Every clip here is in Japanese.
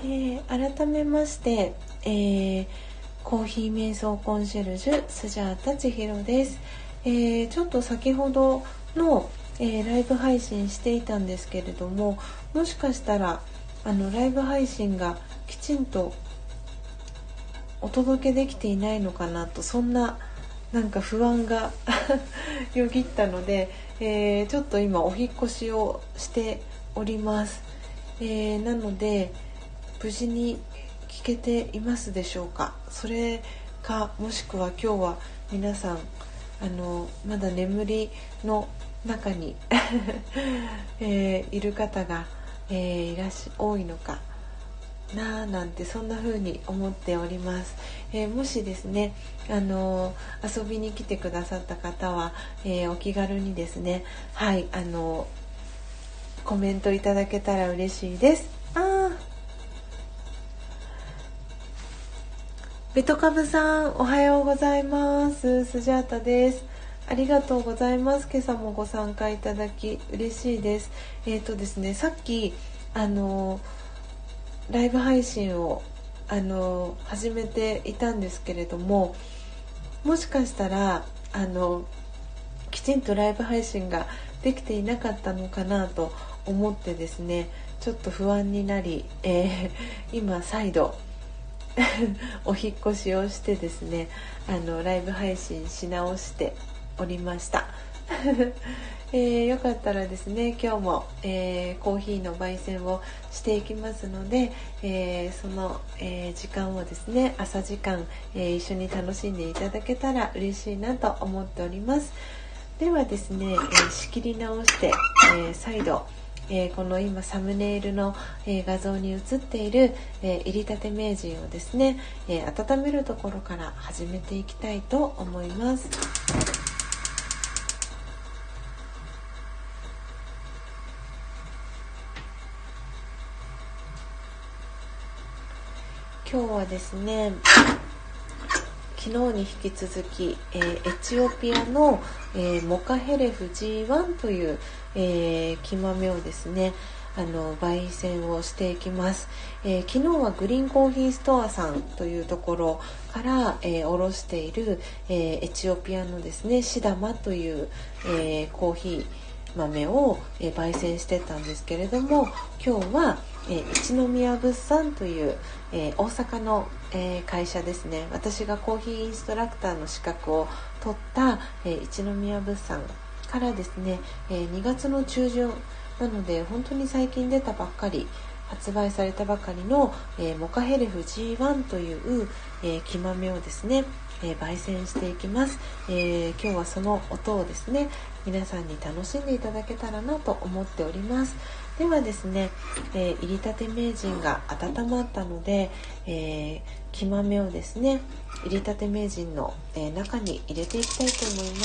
改めまして、コーヒー瞑想コンシェルジュスジャータ千尋です。ちょっと先ほどの、ライブ配信していたんですけれども、もしかしたらライブ配信がきちんとお届けできていないのかなと、そんななんか不安がよぎったので、ちょっと今お引っ越しをしております。なので無事に聞けていますでしょうか。それかもしくは今日は皆さんまだ眠りの中に、いる方が、多いのかななんて、そんな風に思っております。もしですね遊びに来てくださった方は、お気軽にですね、はいコメントいただけたら嬉しいです。ベトカブさんおはようございます。スジャータです。ありがとうございます。今朝もご参加いただき嬉しいです。ですね、さっきライブ配信を始めていたんですけれども、もしかしたらきちんとライブ配信ができていなかったのかなと思ってですね、ちょっと不安になり、今再度お引っ越しをしてですね、ライブ配信し直しておりました。よかったらですね、今日も、コーヒーの焙煎をしていきますので、その、時間をですね、朝時間、一緒に楽しんでいただけたら嬉しいなと思っております。ではですね、仕切り直して、再度この今サムネイルの、画像に映っている、入りたて名人をですね、温めるところから始めていきたいと思います。今日はですね、昨日に引き続き、エチオピアの、モカヘレフ G1 という、木豆をですね焙煎をしていきます。昨日はグリーンコーヒーストアさんというところから、卸している、エチオピアのですねシダマという、コーヒー豆を、焙煎してたんですけれども、今日は、一宮物産という、大阪の、会社ですね。私がコーヒーインストラクターの資格を取った、一宮物産からですね、2月の中旬なので本当に最近出たばっかり、発売されたばかりの、モカヘレフ G1 という、木豆をですね、焙煎していきます。今日はその音をですね皆さんに楽しんでいただけたらなと思っております。ではですね、入りたて名人が温まったので、木豆をですね入りたて名人の、中に入れていきたいと思います。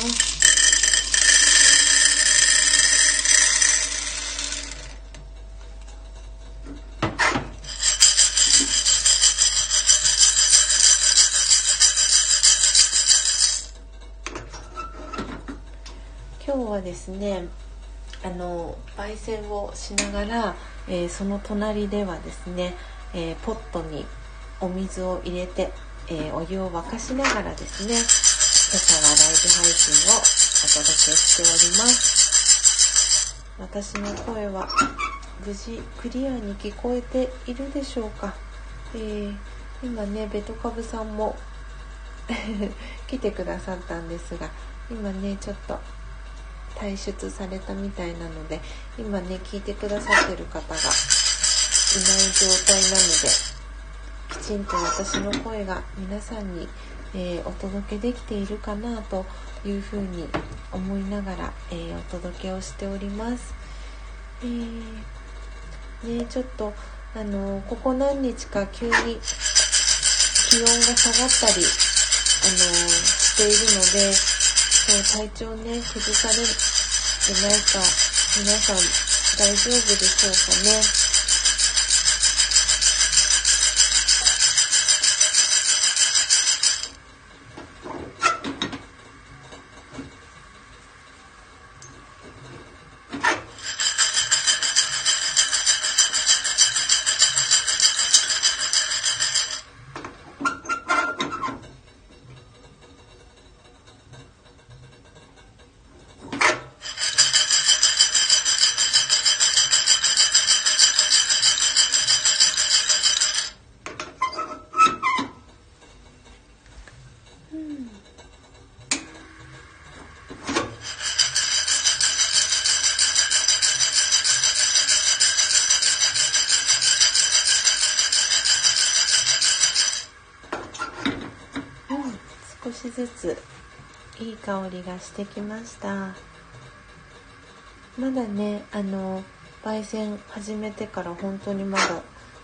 今日はですね焙煎をしながら、その隣ではですね、ポットにお水を入れて、お湯を沸かしながらですね、今朝はライブ配信をお届けしております。私の声は無事クリアに聞こえているでしょうか。今ねベトカブさんも来てくださったんですが、今ねちょっと退出されたみたいなので、今ね聞いてくださってる方がいない状態なので、きちんと私の声が皆さんに、お届けできているかなというふうに思いながら、お届けをしております。ちょっとここ何日か急に気温が下がったりしているので、体調ね崩されてないか、皆さん大丈夫でしょうかね。 しずついい香りがしてきました。まだね、焙煎始めてから本当にまだ1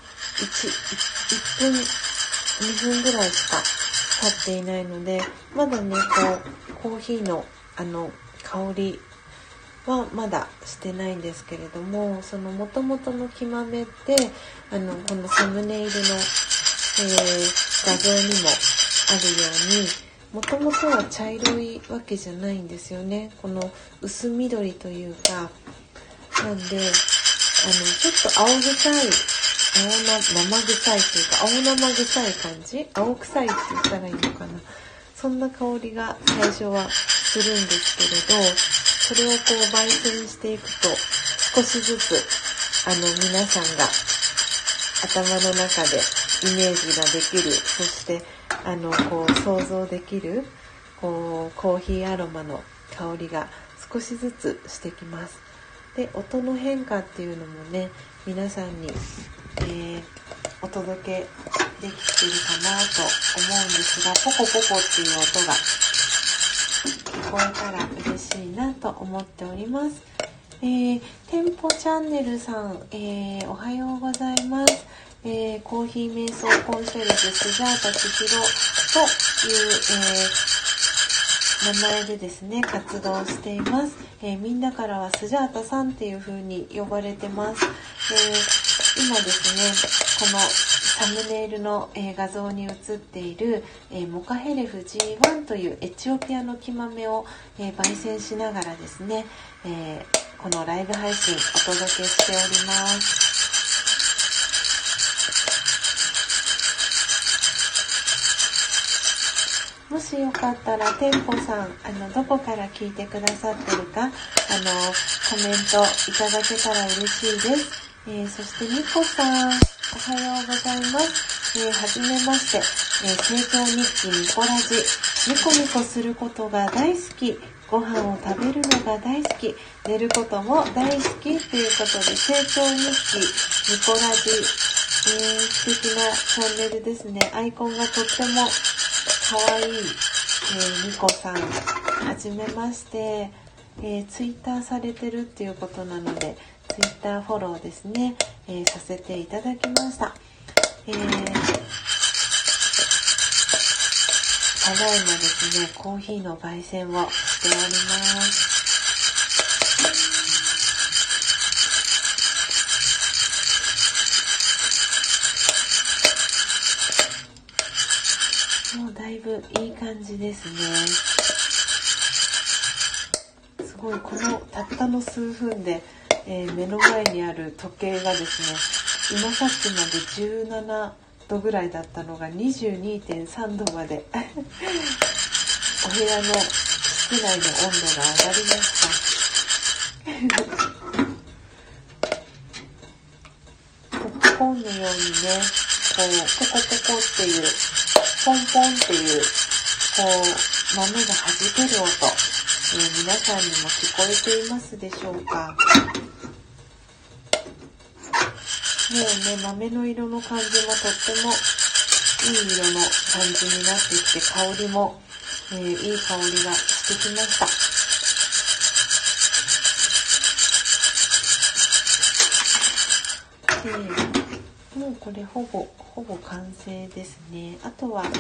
分2分ぐらいしか経っていないので、まだねコーヒーの香りはまだしてないんですけれども、その元々の木豆ってこのサムネイルの、画像にもあるように、もともとは茶色いわけじゃないんですよね。この薄緑というかなんで、ちょっと青臭い、生臭いというか、青生臭い感じ、青臭いって言ったらいいのかな、そんな香りが最初はするんですけれど、それを焙煎していくと少しずつ皆さんが頭の中でイメージができる、そして想像できるコーヒーアロマの香りが少しずつしてきます。で、音の変化っていうのもね、皆さんに、お届けできてるかなと思うんですが、ポコポコっていう音が聞こえたら嬉しいなと思っております。店舗チャンネルさん、おはようございます。コーヒー瞑想コンシェルジュスジャータ千尋という、名前でですね活動しています。みんなからはスジャータさんっていう風に呼ばれてます。今ですね、このサムネイルの、画像に映っている、モカヘレフ G1 というエチオピアの木豆を、焙煎しながらですね、このライブ配信お届けしております。もしよかったら店舗さんどこから聞いてくださってるかコメントいただけたら嬉しいです。そしてニコさん、おはようございます。はじめまして、成長日記ニコラジ、ニコニコすることが大好き、ご飯を食べるのが大好き、寝ることも大好きということで、成長日記ニコラジ、素敵なチャンネルですね。アイコンがとってもかわいい、ニコさん、はじめまして、ツイッターされてるっていうことなので、ツイッターフォローですね、させていただきました。ただいまですね、コーヒーの焙煎をしております。もうだいぶいい感じですね。すごい、このたったの数分で、目の前にある時計がですね、今さっきまで17度ぐらいだったのが 22.3 度までお部屋の室内の温度が上がりましたポップコーンのようにね、ポコポコっていう、ポンポンっていう豆が弾ける音、皆さんにも聞こえていますでしょうか。もうね、豆の色の感じもとってもいい色の感じになってきて、香りも、いい香りがしてきました。もうこれほぼ完成ですね。あとは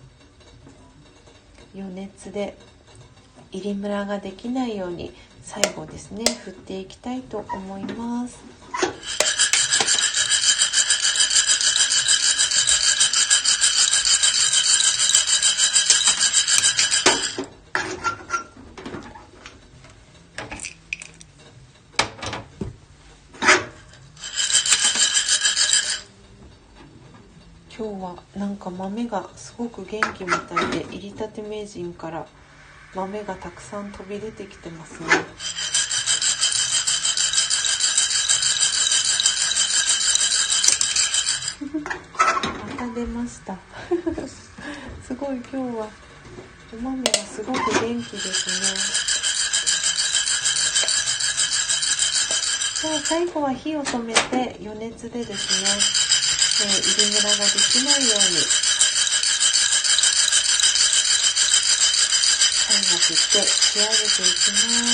余熱で入りムラができないように最後ですね、振っていきたいと思います。今日はなんか豆がすごく元気みたいで、入りたて名人から豆がたくさん飛び出てきてますね。また出ましたすごい、今日はお豆がすごく元気ですね。最後は火を止めて余熱でですね、入りムラができないように後振って仕上げていきます。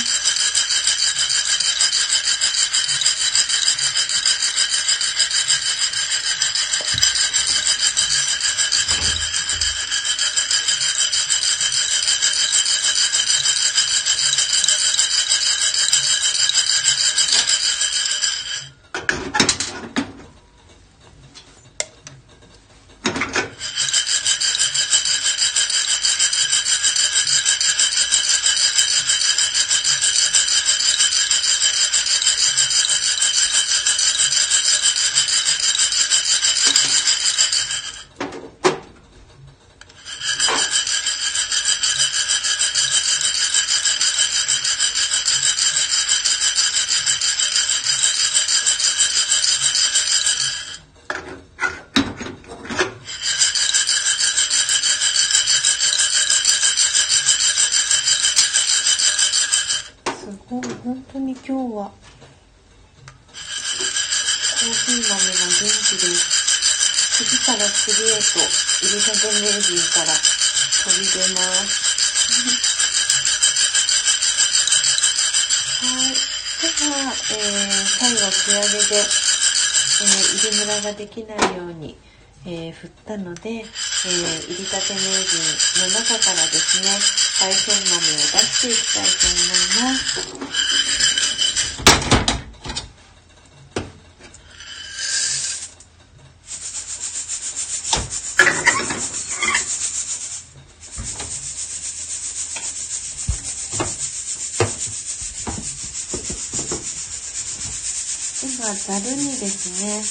本当に今日はコーヒー豆が元気です。次から次へと入りたて名人から飛び出ます。はい。では、最後仕上げで、入りムラができないように、振ったので、入りたて名人の中からですね、焙煎豆を出していきたいと思います。今ざるにですね、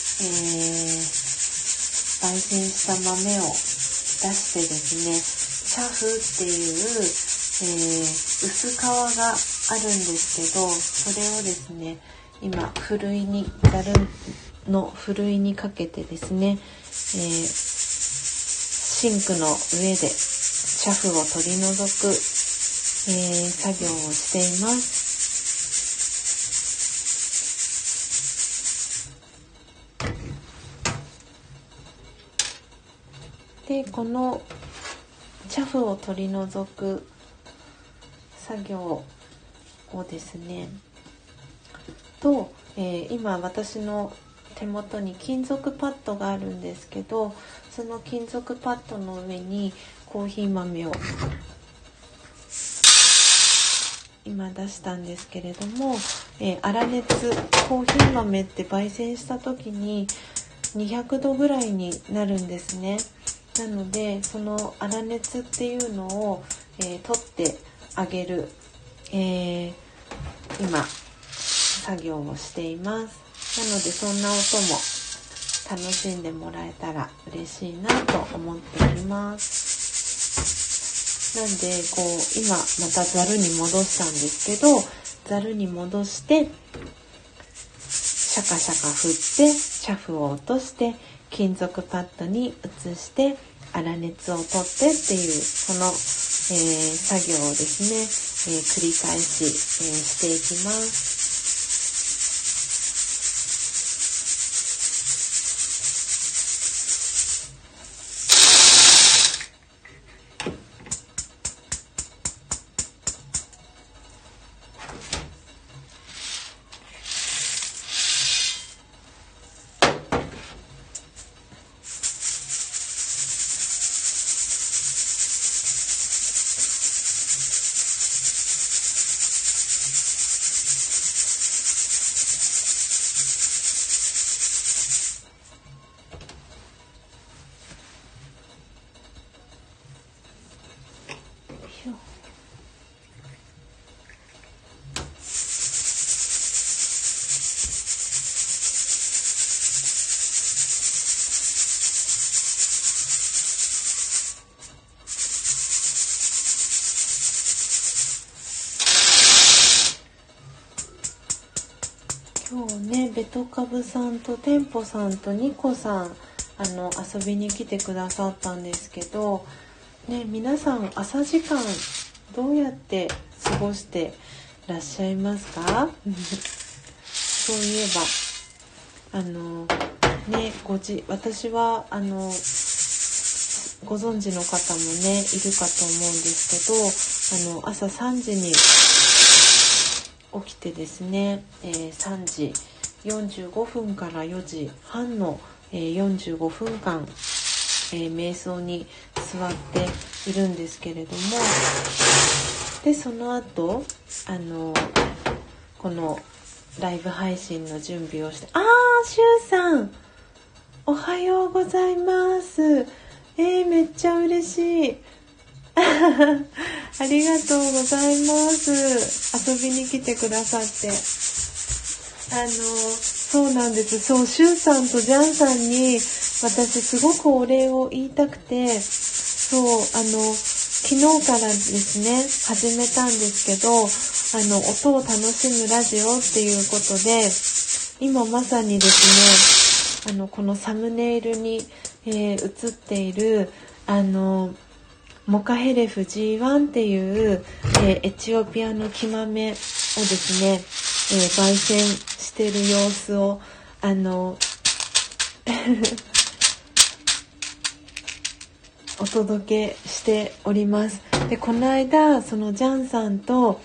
焙煎した豆を出してですね、チャフっていう、薄皮があるんですけど、それをですね、今ざるのふるいにかけてですね、シンクの上でチャフを取り除く、作業をしています。で、このチャフを取り除く作業をですねと、今私の手元に金属パッドがあるんですけど、その金属パッドの上にコーヒー豆を今出したんですけれども、粗熱、コーヒー豆って焙煎した時に200度ぐらいになるんですね。なのでその粗熱っていうのを、取ってあげる、今作業をしています。なのでそんな音も楽しんでもらえたら嬉しいなと思っております。なんで今またざるに戻したんですけど、ざるに戻してシャカシャカ振ってチャフを落として金属パッドに移して粗熱を取ってっていうその、作業をですね、繰り返し、していきます。今日ね、ベトカブさんとテンポさんとニコさん遊びに来てくださったんですけど、ね、皆さん朝時間どうやって過ごしてらっしゃいますか？そういえば私はご存知の方もねいるかと思うんですけ朝3時に起きてですね、3時45分から4時半の、45分間、瞑想に座っているんですけれども、でその後このライブ配信の準備をして、シュウさんおはようございます。めっちゃ嬉しいありがとうございます。遊びに来てくださって、そうなんです。そう、シュウさんとジャンさんに私すごくお礼を言いたくて、そう、昨日からですね始めたんですけど、音を楽しむラジオっていうことで、今まさにですねこのサムネイルに、映っているモカヘレフ G1 っていう、エチオピアの木豆をですね、焙煎している様子をお届けしております。でこの間そのジャンさんと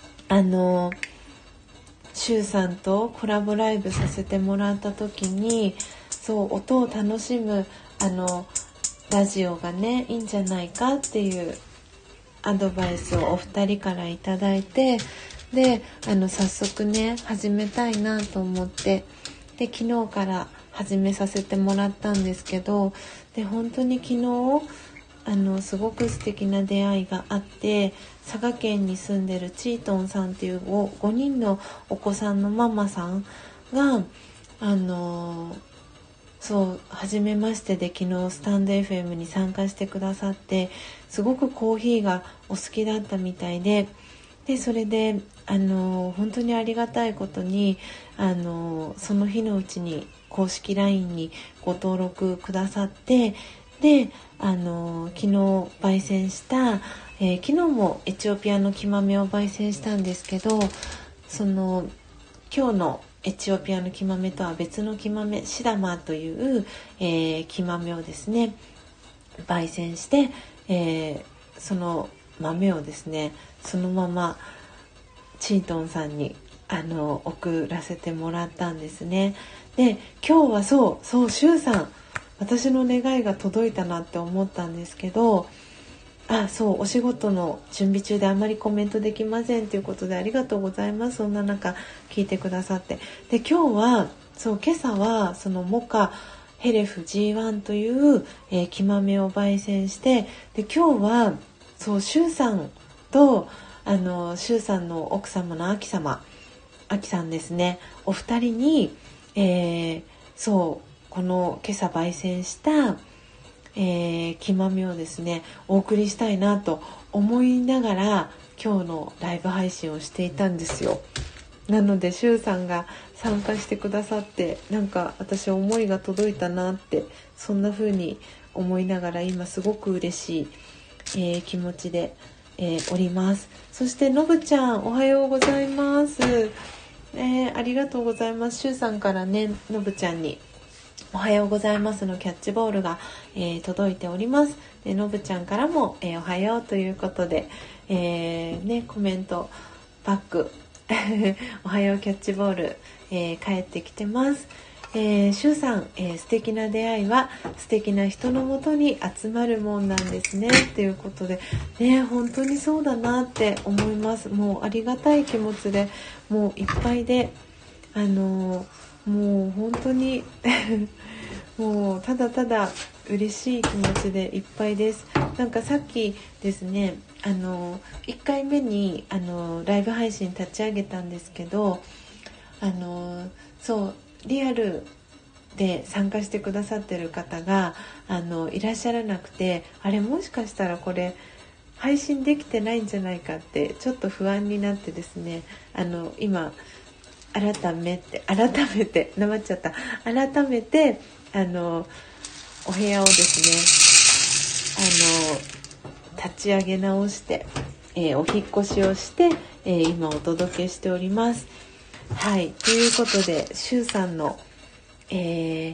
シュウさんとコラボライブさせてもらった時に、そう音を楽しむラジオがねいいんじゃないかっていうアドバイスをお二人からいただいて、で早速ね始めたいなと思って、で昨日から始めさせてもらったんですけど、で本当に昨日すごく素敵な出会いがあって、佐賀県に住んでるチートンさんっていう 5人のお子さんのママさんがそう初めましてで昨日スタンド FM に参加してくださって、すごくコーヒーがお好きだったみたいで、それで本当にありがたいことにその日のうちに公式 LINE にご登録くださって、で昨日焙煎した、昨日もエチオピアの木豆を焙煎したんですけど、その今日のエチオピアの木豆とは別の木豆、シダマという、木豆をですね焙煎して、その豆をですねそのままチートンさんに送らせてもらったんですね。で今日はそうシュウさん、私の願いが届いたなって思ったんですけど、そうお仕事の準備中であまりコメントできませんということでありがとうございます。そんな中聞いてくださって、で今日は今朝はそのモカヘレフ G1 という、木豆を焙煎して、で今日はそうシュウさんとシュウさんの奥様のアキさんですね、お二人に、この今朝焙煎した木豆をですねお送りしたいなと思いながら今日のライブ配信をしていたんですよ。なのでシュウさんが参加してくださって、なんか私思いが届いたなって、そんな風に思いながら今すごく嬉しい、気持ちで、おります。そしてのぶちゃんおはようございます、ありがとうございます。シュウさんからねのぶちゃんにおはようございますのキャッチボールが、届いております。でのぶちゃんからも、おはようということで、コメントバックおはようキャッチボール、帰ってきてます。シュウさん、素敵な出会いは素敵な人のもとに集まるもんなんですねということで、本当にそうだなって思います。もうありがたい気持ちでもういっぱいで、もう本当にもうただただ嬉しい気持ちでいっぱいです。なんかさっきですね1回目にライブ配信立ち上げたんですけど、リアルで参加してくださってる方がいらっしゃらなくて、あれもしかしたらこれ配信できてないんじゃないかってちょっと不安になってですね、今改めてなまっちゃった改めてお部屋をですね立ち上げ直して、お引っ越しをして、今お届けしております。はい、ということでシュウさんの、プ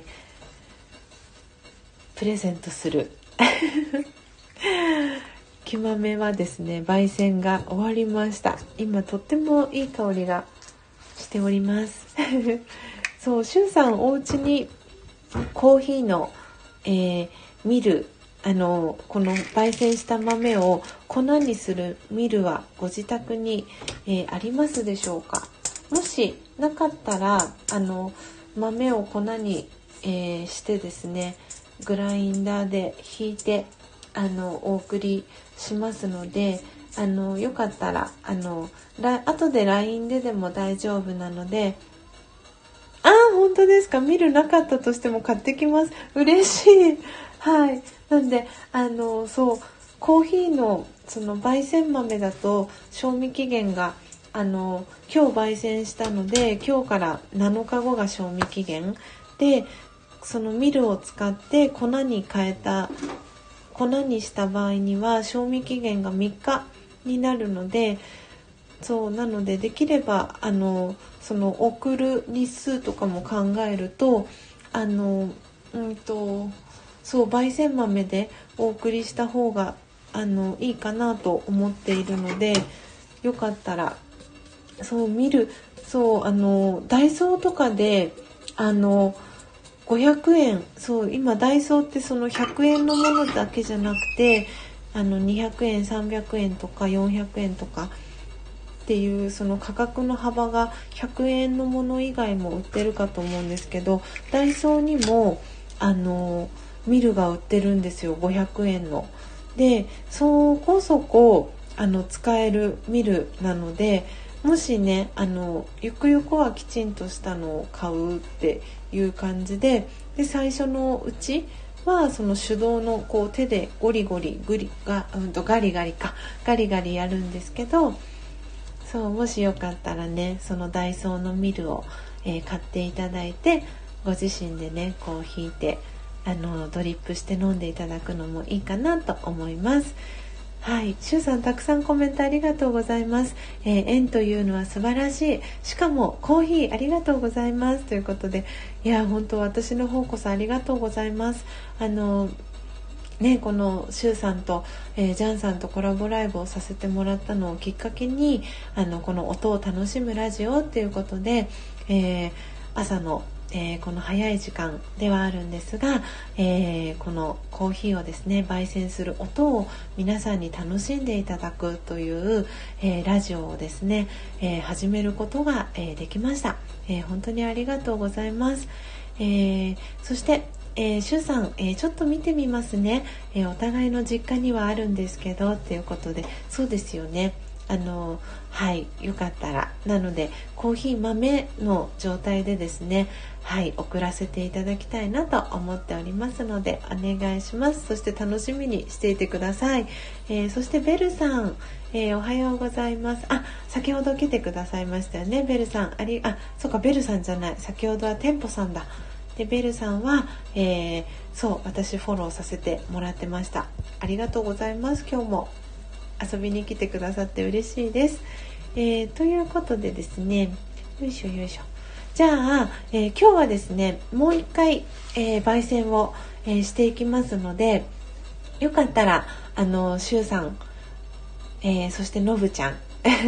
レゼントする木豆はですね、焙煎が終わりました。今とってもいい香りがしておりますそう、しゅんさんお家にコーヒーの、ミル、この焙煎した豆を粉にするミルはご自宅に、ありますでしょうか。もしなかったら豆を粉に、してですね、グラインダーでひいてお送りしますので、よかったら後で LINE でも大丈夫なので、本当ですか。ミルなかったとしても買ってきます。嬉しい。はい。なんでそう、コーヒーのその焙煎豆だと賞味期限が今日焙煎したので、今日から7日後が賞味期限で、そのミルを使って粉にした場合には賞味期限が3日になるので、そうなので、できればその送る日数とかも考えるとそう、焙煎豆でお送りした方がいいかなと思っているので、よかったらそう見る。そうダイソーとかで500円、そう今ダイソーってその100円のものだけじゃなくて200円300円とか400円とかっていう、その価格の幅が100円のもの以外も売ってるかと思うんですけど、ダイソーにもミルが売ってるんですよ、500円の。でそこそこ使えるミルなので、もしねゆくゆくはきちんとしたのを買うっていう感じで、最初のうちはその手動のこう手でゴリゴリガリガリやるんですけど、そう、もしよかったらね、そのダイソーのミルを、買っていただいて、ご自身でねこう引いてドリップして飲んでいただくのもいいかなと思います。はい、しゅうさんたくさんコメントありがとうございます。縁というのは素晴らしい。しかもコーヒーありがとうございますということで、いや本当私の方こそありがとうございます。このしゅうさんと、ジャンさんとコラボライブをさせてもらったのをきっかけにこの音を楽しむラジオっていうことで、朝のこの早い時間ではあるんですが、このコーヒーをですね焙煎する音を皆さんに楽しんでいただくという、ラジオをですね、始めることが、できました。本当にありがとうございます。そしてしゅうさん、ちょっと見てみますね。お互いの実家にはあるんですけどっていうことで、そうですよね。はい、よかったら、なのでコーヒー豆の状態でですね、はい、送らせていただきたいなと思っておりますのでお願いします。そして楽しみにしていてください。そしてベルさん、おはようございます。先ほど来てくださいましたよね、ベルさん。そうか、ベルさんじゃない、先ほどはテンポさんだ。でベルさんは、そう私フォローさせてもらってました。ありがとうございます。今日も遊びに来てくださって嬉しいです。ということでですね、よいしょ。じゃあ、今日はですねもう一回、焙煎を、していきますので、よかったらしゅうさん、そしてのぶちゃん、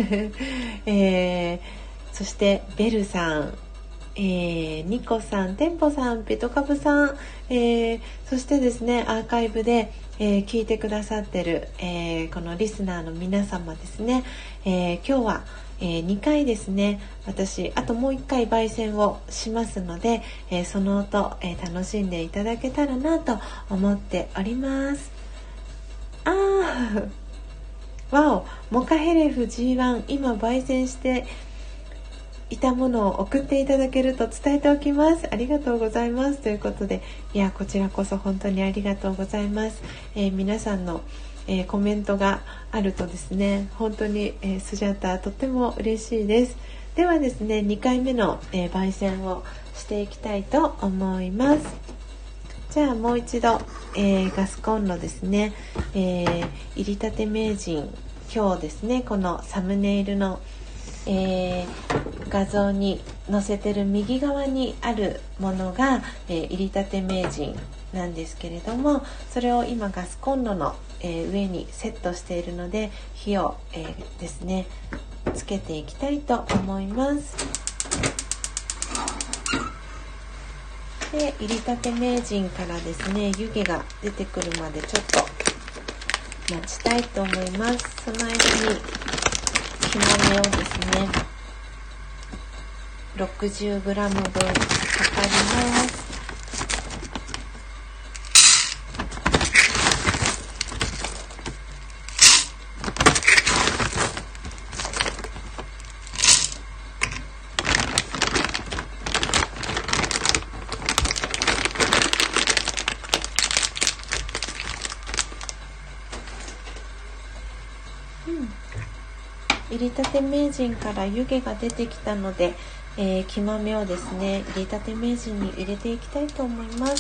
そしてベルさん、ニコさん、テンポさん、ペトカブさん、そしてですねアーカイブで、聞いてくださってる、このリスナーの皆様ですね、今日は、2回ですね、私あともう1回焙煎をしますので、その音、楽しんでいただけたらなと思っております。わお、モカヘレフ G1 今焙煎していたものを送っていただけると伝えておきます。ありがとうございますということで、いやこちらこそ本当にありがとうございます。皆さんの、コメントがあるとですね、本当に、スジャタとっても嬉しいです。ではですね、2回目の、焙煎をしていきたいと思います。じゃあもう一度、ガスコンロですね、入りたて名人、今日ですねこのサムネイルの画像に載せてる右側にあるものが、入りたて名人なんですけれども、それを今ガスコンロの、上にセットしているので火を、ですねつけていきたいと思います。で入りたて名人からですね湯気が出てくるまでちょっと待ちたいと思います。その間に木豆をですね 60g 分測ります。入りたて名人から湯気が出てきたので、木豆をですね入りたて名人に入れていきたいと思います。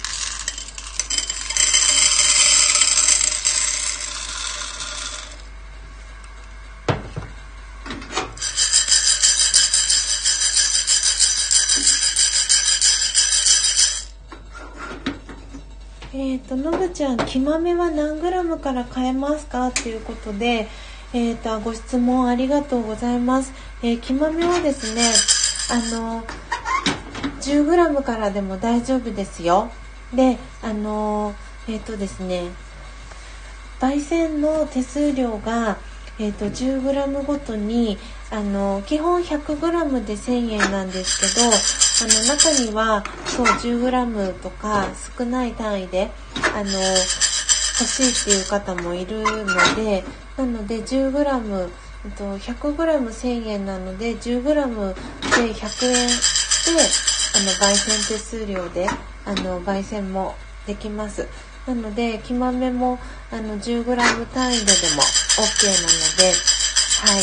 のぶちゃん、木豆は何グラムから買えますかということで、ご質問ありがとうございます。木豆はですね、10グラムからでも大丈夫ですよ。で、ですね、焙煎の手数料が、10グラムごとに基本100グラムで1000円なんですけど、中にはそう10グラムとか少ない単位で欲しいっていう方もいるので、なので10グラム100グラム1000円なので10グラムで100円で焙煎手数料で焙煎もできます。なので木豆も10グラム単位でも OK なので、はい、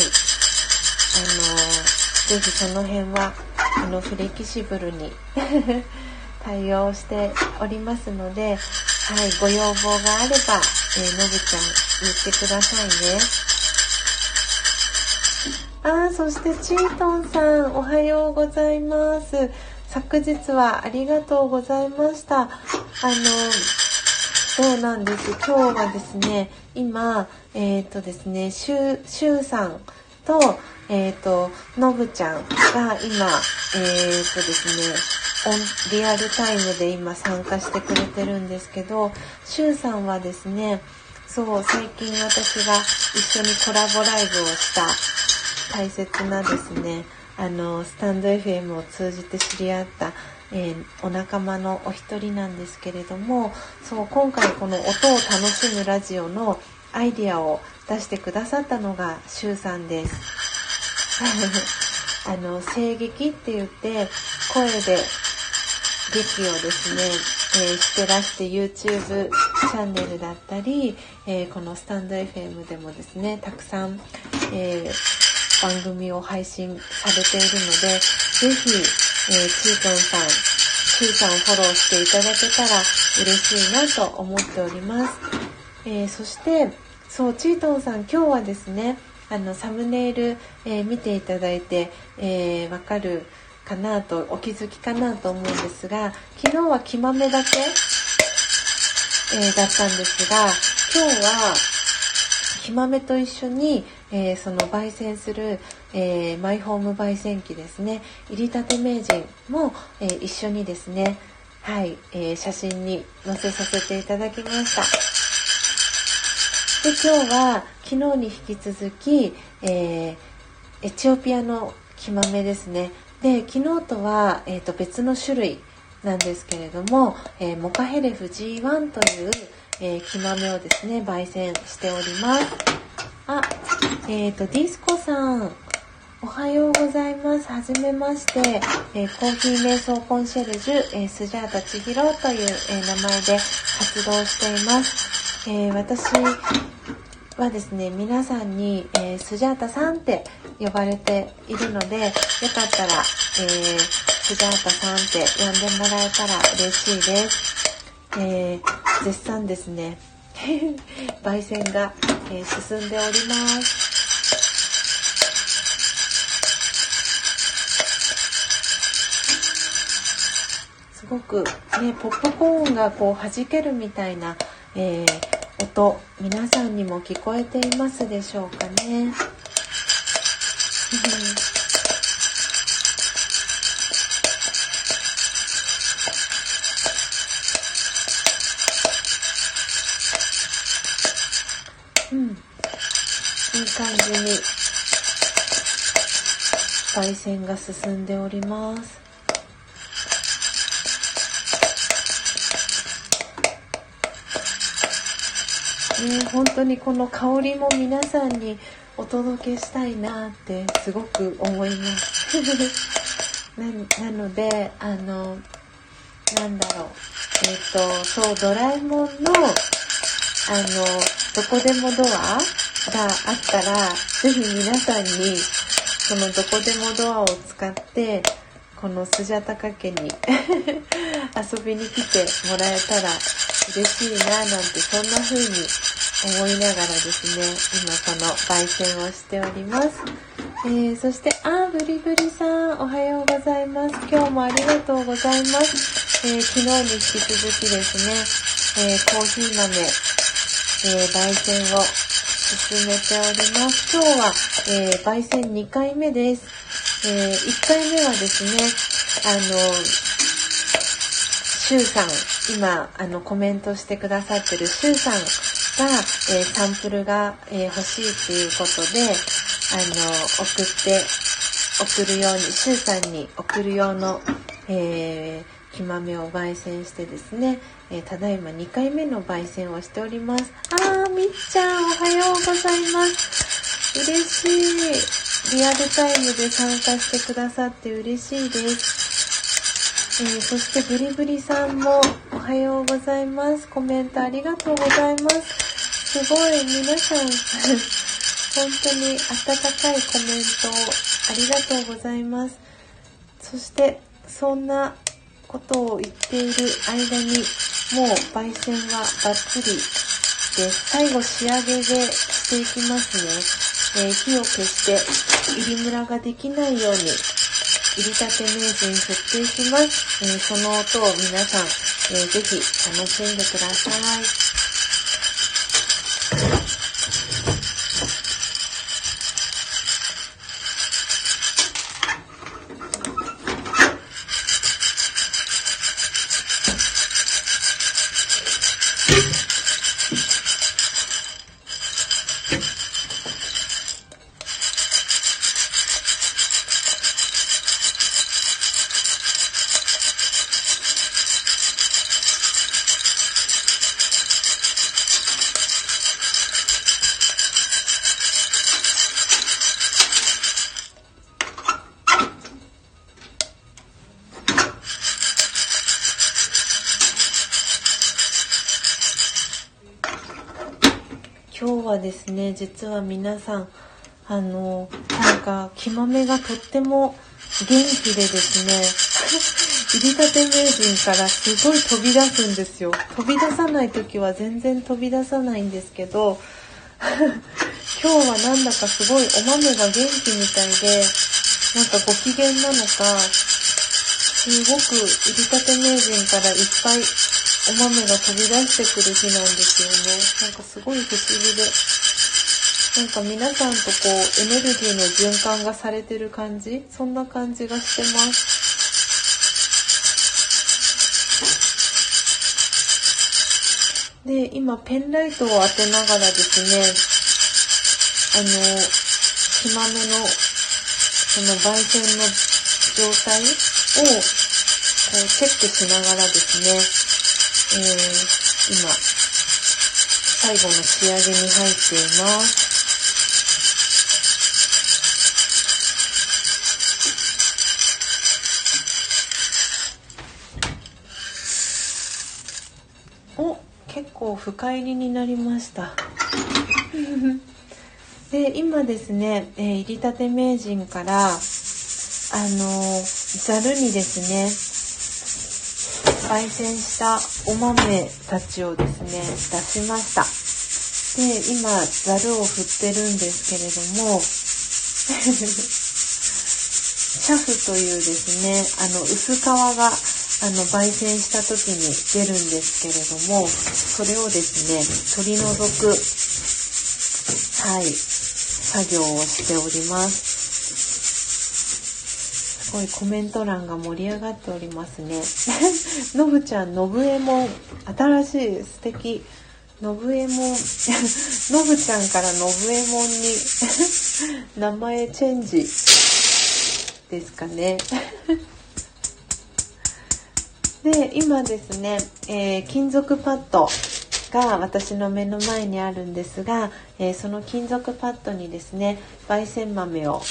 ぜひその辺はフレキシブルに対応しておりますので、はい、ご要望があれば、のぶちゃん言ってくださいね。そしてチートンさん、おはようございます。昨日はありがとうございました。そうなんです。今日はですね、今、ですね、シュウさんと、のぶちゃんが今、ですね、リアルタイムで今参加してくれてるんですけど、シュウさんはですね、そう、最近私が一緒にコラボライブをした大切なですね、スタンド FM を通じて知り合った、お仲間のお一人なんですけれども、そう今回この音を楽しむラジオのアイディアを出してくださったのがシュウさんです。声劇って言って声で劇をですね、してらして YouTube チャンネルだったり、このスタンド FM でもですねたくさん、番組を配信されているので、ぜひ、チートンさん、シュウさんをフォローしていただけたら嬉しいなと思っております。そしてそうチートンさん、今日はですねサムネイル、見ていただいて、わかるかなとお気づきかなと思うんですが、昨日は木豆だけ、だったんですが、今日は木豆と一緒に、その焙煎する、マイホーム焙煎機ですね、入りたて名人も、一緒にですね、はい、写真に載せさせていただきました。で、今日は昨日に引き続き、エチオピアの木豆ですね。で、昨日とは、別の種類なんですけれども、モカヘレフ G1 という、木豆をですね焙煎しております。ディスコさん、おはようございます。はじめまして、コーヒー瞑想コンシェルジュ、スジャータ千尋という、名前で活動しています。私はですね、皆さんに、スジャータさんって呼ばれているので、よかったら、スジャータさんって呼んでもらえたら嬉しいです。絶賛ですね焙煎が、進んでおります。 すごくね、ポップコーンがこう弾けるみたいな、音、皆さんにも聞こえていますでしょうかね。いい感じに焙煎が進んでおります。本当にこの香りも皆さんにお届けしたいなってすごく思いますなのでなんだろう、そうドラえもんのどこでもドアがあったら、ぜひ皆さんにそのどこでもドアを使ってこのスジャタカ家に遊びに来てもらえたら嬉しいな、なんてそんな風に思いながらですね、今この焙煎をしております。そしてブリブリさん、おはようございます。今日もありがとうございます。昨日に引き続きですね、コーヒー豆、焙煎を進めております。今日は、焙煎2回目です。1回目はですね、シュウさん、今コメントしてくださってるシュウさんが、サンプルが、欲しいということで送るように、シュウさんに送る用の、木豆を焙煎してですね、ただいま2回目の焙煎をしております。みっちゃん、おはようございます。嬉しい。リアルタイムで参加してくださって嬉しいです。そしてブリブリさんもおはようございます。コメントありがとうございます。すごい皆さん本当に温かいコメントをありがとうございます。そしてそんなことを言っている間にもう焙煎はバッチリで、最後仕上げでしていきますね。火を消して入りムラができないように入りたて名人振っていきます。その音を皆さん、ぜひ楽しんでください。今日はですね、実は皆さんなんか木豆がとっても元気でですね入りたて名人からすごい飛び出すんですよ。飛び出さない時は全然飛び出さないんですけど今日はなんだかすごいお豆が元気みたいで、なんかご機嫌なのか、すごく入りたて名人からいっぱいお豆が飛び出してくる日なんですよね。なんかすごい不思議で、なんか皆さんとこうエネルギーの循環がされてる感じ、そんな感じがしてます。で、今ペンライトを当てながらですね、木豆のその焙煎の状態をこうチェックしながらですね、今最後の仕上げに入っています。結構深入りになりましたで、今ですね、入りたて名人からざるにですね、焙煎したお豆たちをですね出しました。で、今ざるを振ってるんですけれどもシャフというですね薄皮が焙煎した時に出るんですけれども、それをですね取り除く、作業をしております。すごいコメント欄が盛り上がっておりますね。のぶちゃん、のぶえもん、新しい、素敵。のぶえもん、のぶちゃんからのぶえもんに名前チェンジですかね。で、今ですね、金属パッドが私の目の前にあるんですが、その金属パッドにですね、焙煎豆を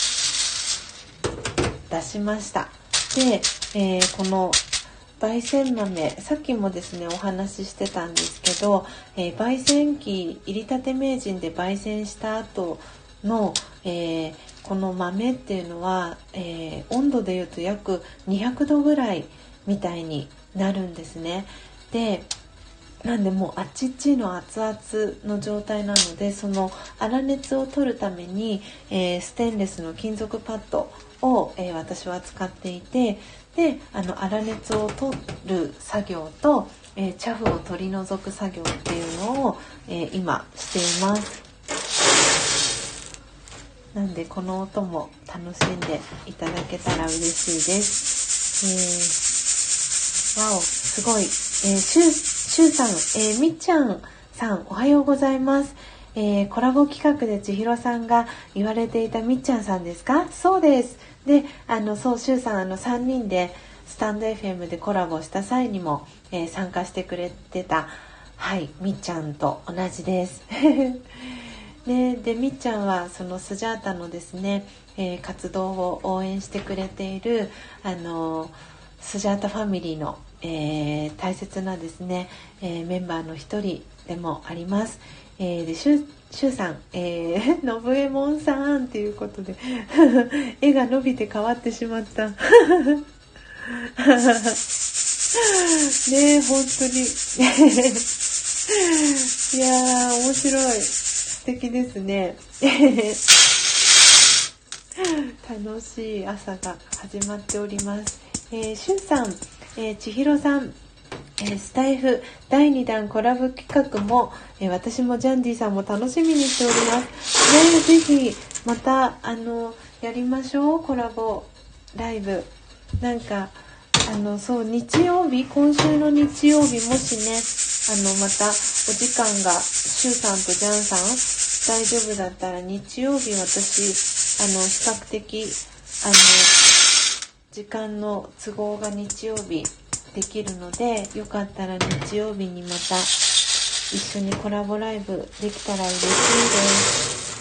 出しました。で、この焙煎豆、さっきもですねお話ししてたんですけど、焙煎機、入りたて名人で焙煎した後の、この豆っていうのは、温度でいうと約200度ぐらいみたいになるんですね。で、なんでもうあっちっちの熱々の状態なので、その粗熱を取るために、ステンレスの金属パッドを、私は使っていて、で粗熱を取る作業と、チャフを取り除く作業っていうのを、今しています。なんでこの音も楽しんでいただけたら嬉しいです。わお、すごい。しゅうさん、みっちゃんさん、おはようございます。コラボ企画で千尋さんが言われていたみっちゃんさんですか？そうです。で、そう、しゅうさん、3人でスタンド FM でコラボした際にも、参加してくれてた、みっちゃんと同じです。で、みっちゃんはそのスジャータのですね、活動を応援してくれているスジャータファミリーの、大切なですね、メンバーの一人でもあります。で、しゅうさん、のぶえもんさんっていうことで絵が伸びて変わってしまったねえ、本当にいやー、面白い、素敵ですね楽しい朝が始まっております。しゅんさん、ちひろさん、スタイフ第2弾コラボ企画も、私もジャンディさんも楽しみにしております。ぜひまたやりましょう、コラボライブ。なんかそう、日曜日、今週の日曜日、もしねまたお時間がしゅうさんとジャンさん大丈夫だったら、日曜日私比較的時間の都合が日曜日できるので、よかったら日曜日にまた一緒にコラボライブできたら嬉しいです。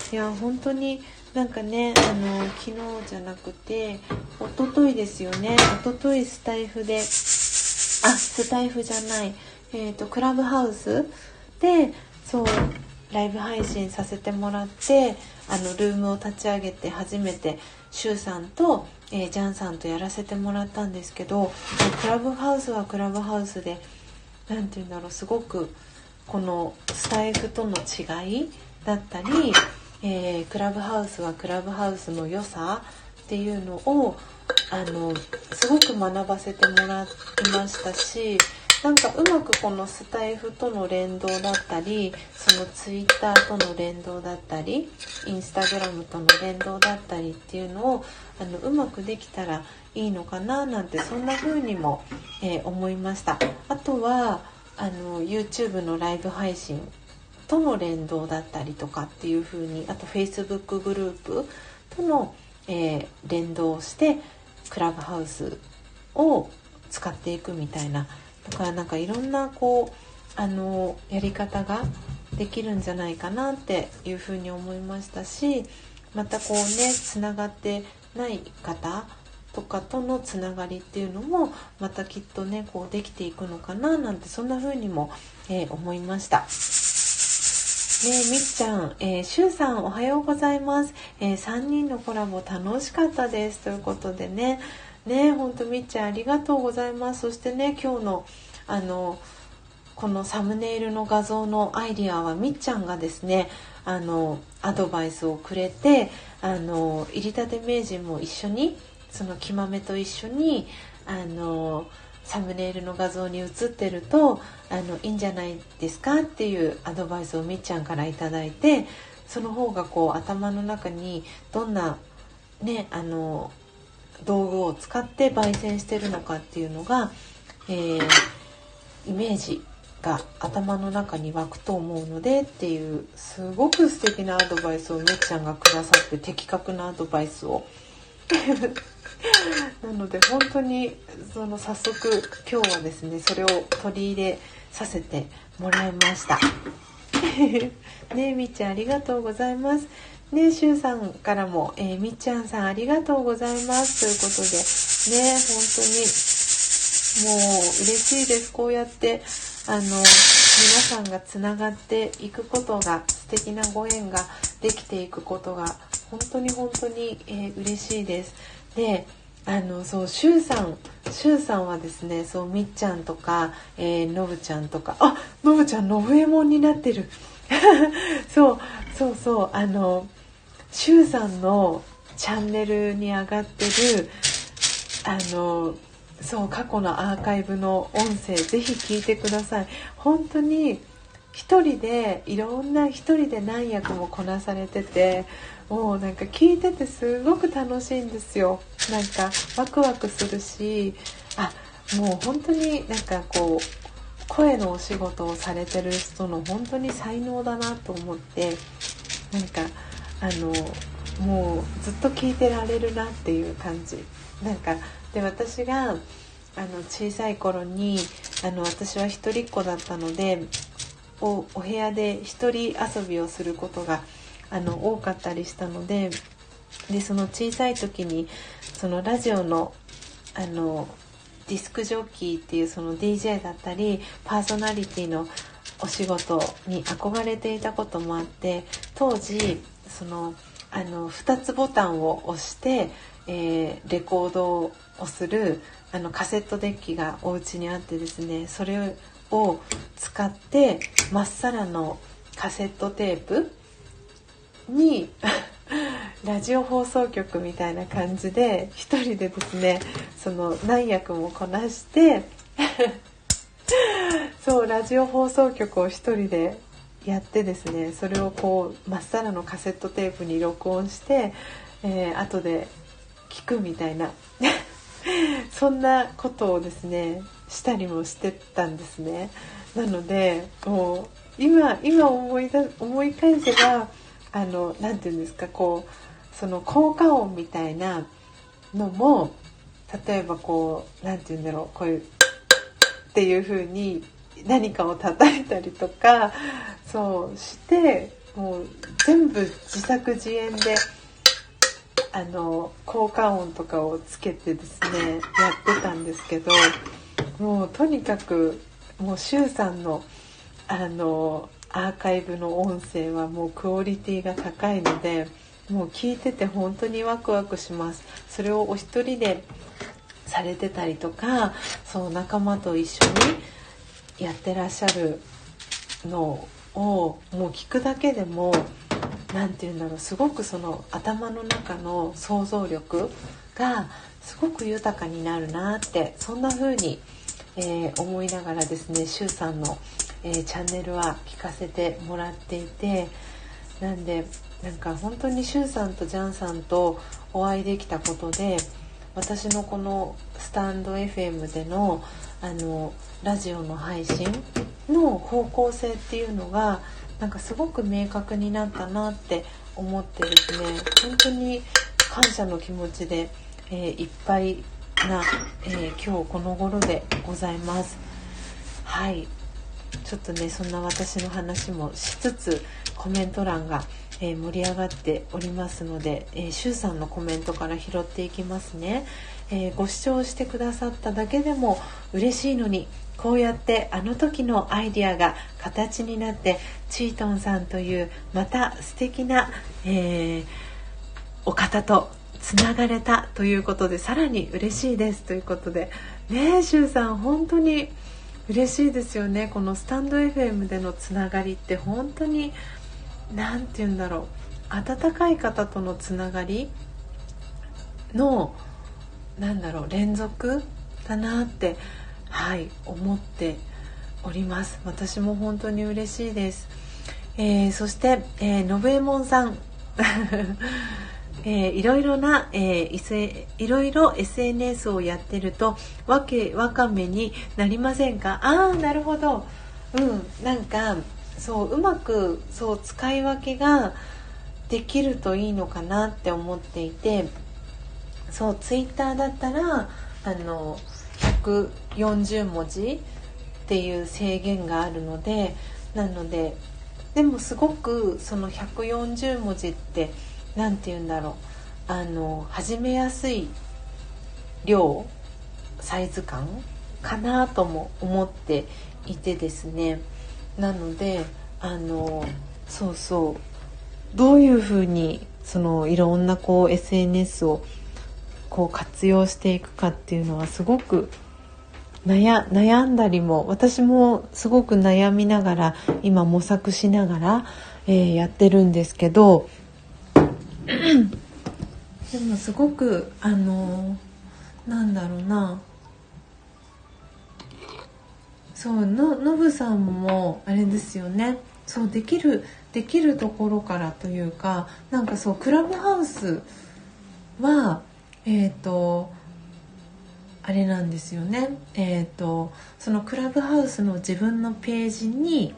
いや、本当になんかね、昨日じゃなくて一昨日ですよね。一昨日スタイフで、スタイフじゃない、クラブハウスでそうライブ配信させてもらって、ルームを立ち上げて初めてシュウさんと、ジャンさんとやらせてもらったんですけど、クラブハウスはクラブハウスで、なんていうんだろう、すごくこのスタイフとの違いだったり、クラブハウスはクラブハウスの良さっていうのをすごく学ばせてもらいましたし、なんかうまくこのスタイフとの連動だったり、そのツイッターとの連動だったり、インスタグラムとの連動だったりっていうのをうまくできたらいいのかななんて、そんな風にも、思いました。あとはYouTube のライブ配信との連動だったりとかっていう風に、あと Facebook グループとの、連動してクラブハウスを使っていくみたいな、だからなんかいろんなやり方ができるんじゃないかなっていうふうに思いましたし、またつながってない方とかとのつながりっていうのもまたきっとねできていくのかななんて、そんなふうにも、思いました。みっちゃん、しゅうさんおはようございます。3人のコラボ楽しかったですということでね、ほんとみっちゃんありがとうございます。そしてね、今日のこのサムネイルの画像のアイディアはみっちゃんがですねアドバイスをくれて、入りたて名人も一緒に、その木豆と一緒にサムネイルの画像に写ってるといいんじゃないですかっていうアドバイスをみっちゃんからいただいて、その方がこう頭の中にどんなね道具を使って焙煎してるのかっていうのが、イメージが頭の中に湧くと思うのでっていう、すごく素敵なアドバイスをみっちゃんがくださって、的確なアドバイスをなので本当に早速今日はですね、それを取り入れさせてもらいましたねえみっちゃんありがとうございますね。しゅうさんからも、みっちゃんさんありがとうございますということでね、本当にもう嬉しいです。こうやって皆さんがつながっていくことが、素敵なご縁ができていくことが本当に嬉しいです。で、そうしゅうさんはですね、そうみっちゃんとか、のぶちゃんとか、のぶちゃんのぶえもんになってるそうしゅうさんのチャンネルに上がってる過去のアーカイブの音声ぜひ聞いてください。本当に一人で何役もこなされてて、もうなんか聞いててすごく楽しいんですよ。なんかワクワクするし、もう本当になんかこう声のお仕事をされてる人の本当に才能だなと思って、なんかもうずっと聞いてられるなっていう感じ。なんかで、私が小さい頃に私は一人っ子だったので、お部屋で一人遊びをすることが多かったりしたので、その小さい時にそのラジオのディスクジョッキーっていうその DJ だったりパーソナリティのお仕事に憧れていたこともあって、当時その2つボタンを押して、レコードをするカセットデッキがお家にあってですね、それを使ってまっさらのカセットテープにラジオ放送局みたいな感じで一人でですね、その何役もこなしてそうラジオ放送局を一人でやってですね、それをこうまっさらのカセットテープに録音して、後で聞くみたいなそんなことをですねしたりもしてたんですね。なのでもう今思い返せばなんていうんですか、こうその効果音みたいなのも、例えばこうなんていうんだろう、こういうっていう風に何かを叩いたりとかそうしてもう全部自作自演で効果音とかをつけてですねやってたんですけど、もうとにかくもうしゅうさんのアーカイブの音声はもうクオリティが高いので、もう聞いてて本当にワクワクします。それをお一人でされてたりとか、そう仲間と一緒にやってらっしゃるのをもう聞くだけでもなんていうんだろう、すごくその頭の中の想像力がすごく豊かになるなって、そんな風に、思いながらですね、しゅうさんの、チャンネルは聞かせてもらっていて、なんでなんか本当にしゅうさんとジャンさんとお会いできたことで、私のこのスタンド FM でのラジオの配信の方向性っていうのがなんかすごく明確になったなって思ってですね、本当に感謝の気持ちで、いっぱいな、今日この頃でございます。はい、ちょっとねそんな私の話もしつつコメント欄が、盛り上がっておりますので、しゅうさんのコメントから拾っていきますね。ご視聴してくださっただけでも嬉しいのに、こうやってあの時のアイディアが形になってチートンさんというまた素敵な、お方とつながれたということで、さらに嬉しいですということでね、しゅうさん本当に嬉しいですよね。このスタンド FM でのつながりって本当になんて言うんだろう、温かい方とのつながりの連続だなって思っております。私も本当に嬉しいです。そして、のぶえもんさんいろいろな、いろいろ SNS をやってるとわかめになりませんか？なるほど。なんかうまく使い分けができるといいのかなって思っていて、ツイッターだったら140文字っていう制限があるので、でもすごくその140文字ってなんて言うんだろう、始めやすい量、サイズ感かなとも思っていてですね。なのでどういうふうにいろんなSNS を活用していくかっていうのはすごく悩んだりも、私もすごく悩みながら今模索しながら、やってるんですけどでもすごくなんだろうな、のぶさんもあれですよね。できるところからというか、クラブハウスはあれなんですよね。そのクラブハウスの自分のページに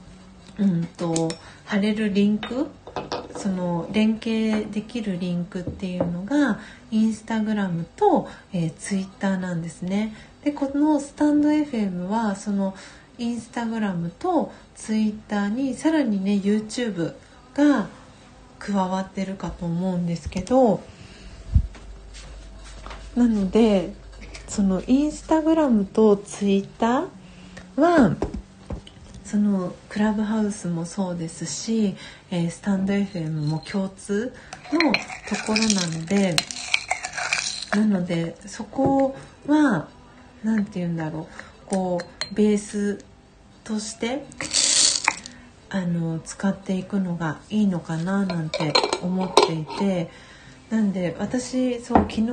貼れるリンク、その連携できるリンクっていうのがインスタグラムと、ツイッターなんですね。でこのスタンド FM はそのインスタグラムとツイッターにさらにね YouTube が加わってるかと思うんですけど、なのでそのインスタグラムとツイッターはそのクラブハウスもそうですし、スタンド FM も共通のところなのでそこはなんて言うんだろう、ベースとして使っていくのがいいのかななんて思っていて、なんで私昨日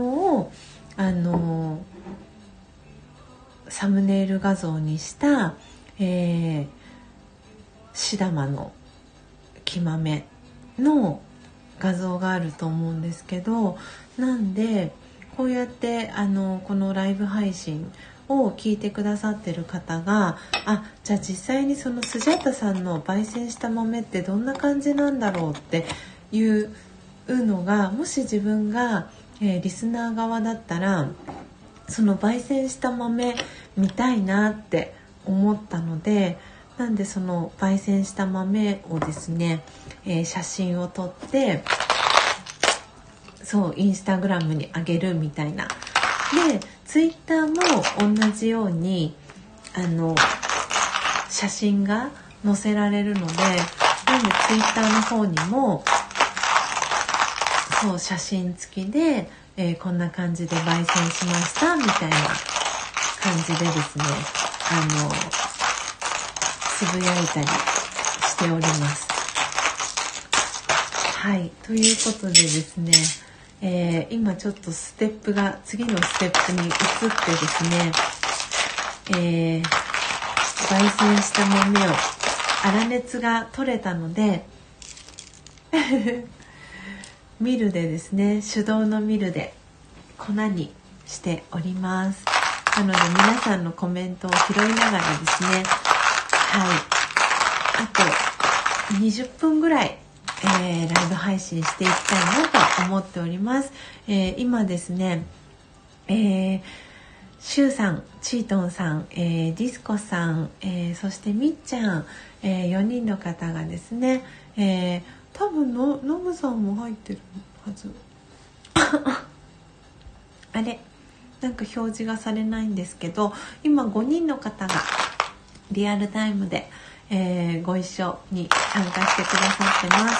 サムネイル画像にした、シダマの木豆の画像があると思うんですけど、なんでこうやってこのライブ配信を聞いてくださってる方がじゃあ実際にそのスジャータさんの焙煎した豆ってどんな感じなんだろうっていうのが、もし自分が、リスナー側だったらその焙煎した豆見たいなって思ったので、なんでその焙煎した豆をですね、写真を撮ってインスタグラムに上げるみたいな。でツイッターも同じように写真が載せられるので、なんでツイッターの方にも写真付きで、こんな感じで焙煎しましたみたいな感じでですね、つぶやいたりしております。ということでですね、今ちょっとステップが次のステップに移ってですね、焙煎した豆を粗熱が取れたのでミルでですね、手動のミルで粉にしております。なので皆さんのコメントを拾いながらですね、あと20分ぐらいライブ配信していきたいなと思っております。今ですね、シュウさん、チートンさん、ディスコさん、そしてみっちゃん、4人の方がですね、多分ノブさんも入ってるはずあれなんか表示がされないんですけど、今5人の方がリアルタイムでご一緒に参加してくださってます。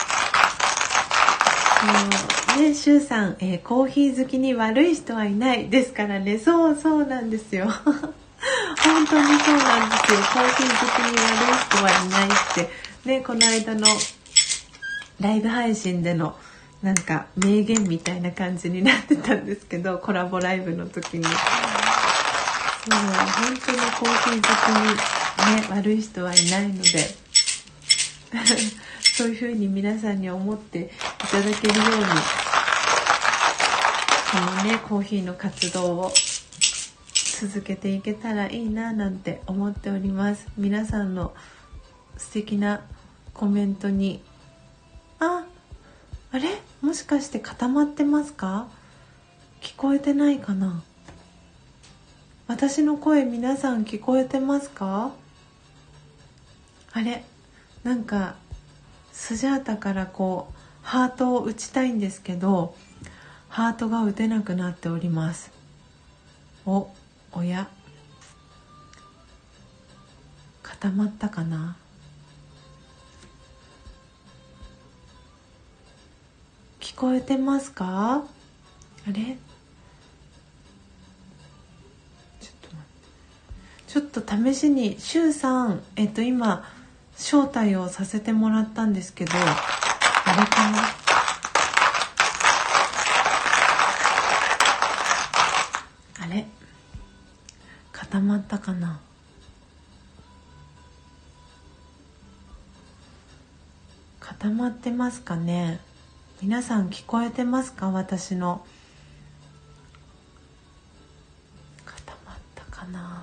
シュウさん、コーヒー好きに悪い人はいないですからね。そうなんですよ本当にそうなんですよ。コーヒー好きに悪い人はいないってね、この間のライブ配信でのなんか名言みたいな感じになってたんですけど、コラボライブの時に本当にコーヒー好きにね悪い人はいないのでそういうふうに皆さんに思っていただけるようにこのねコーヒーの活動を続けていけたらいいななんて思っております。皆さんの素敵なコメントにあれもしかして固まってますか？聞こえてないかな？私の声皆さん聞こえてますか？あれなんかスジャータからこうハートを打ちたいんですけどハートが打てなくなっております。おや固まったかな？聞こえてますか？あれちょっと試しにシュウさん今招待をさせてもらったんですけどあれかな？あれ固まったかな？固まってますかね？皆さん聞こえてますか？私の固まったかな？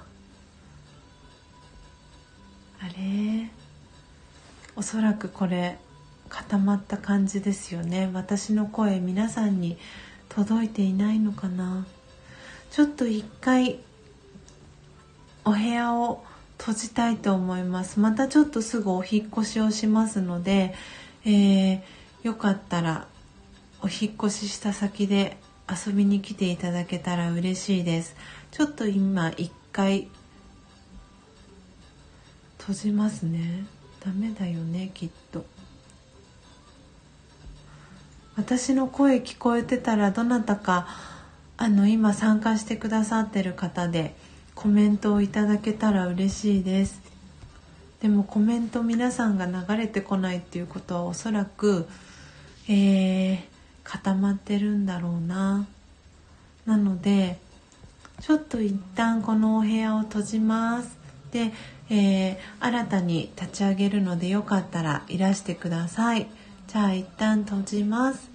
あれおそらくこれ固まった感じですよね。私の声皆さんに届いていないのかな？ちょっと一回お部屋を閉じたいと思います。またちょっとすぐお引っ越しをしますので、よかったらお引っ越しした先で遊びに来ていただけたら嬉しいです。ちょっと今一回閉じますね。ダメだよねきっと。私の声聞こえてたらどなたか今参加してくださってる方でコメントをいただけたら嬉しいです。でもコメント皆さんが流れてこないっていうことはおそらく、固まってるんだろうな。なのでちょっと一旦このお部屋を閉じます。で、新たに立ち上げるのでよかったらいらしてください。じゃあ一旦閉じます。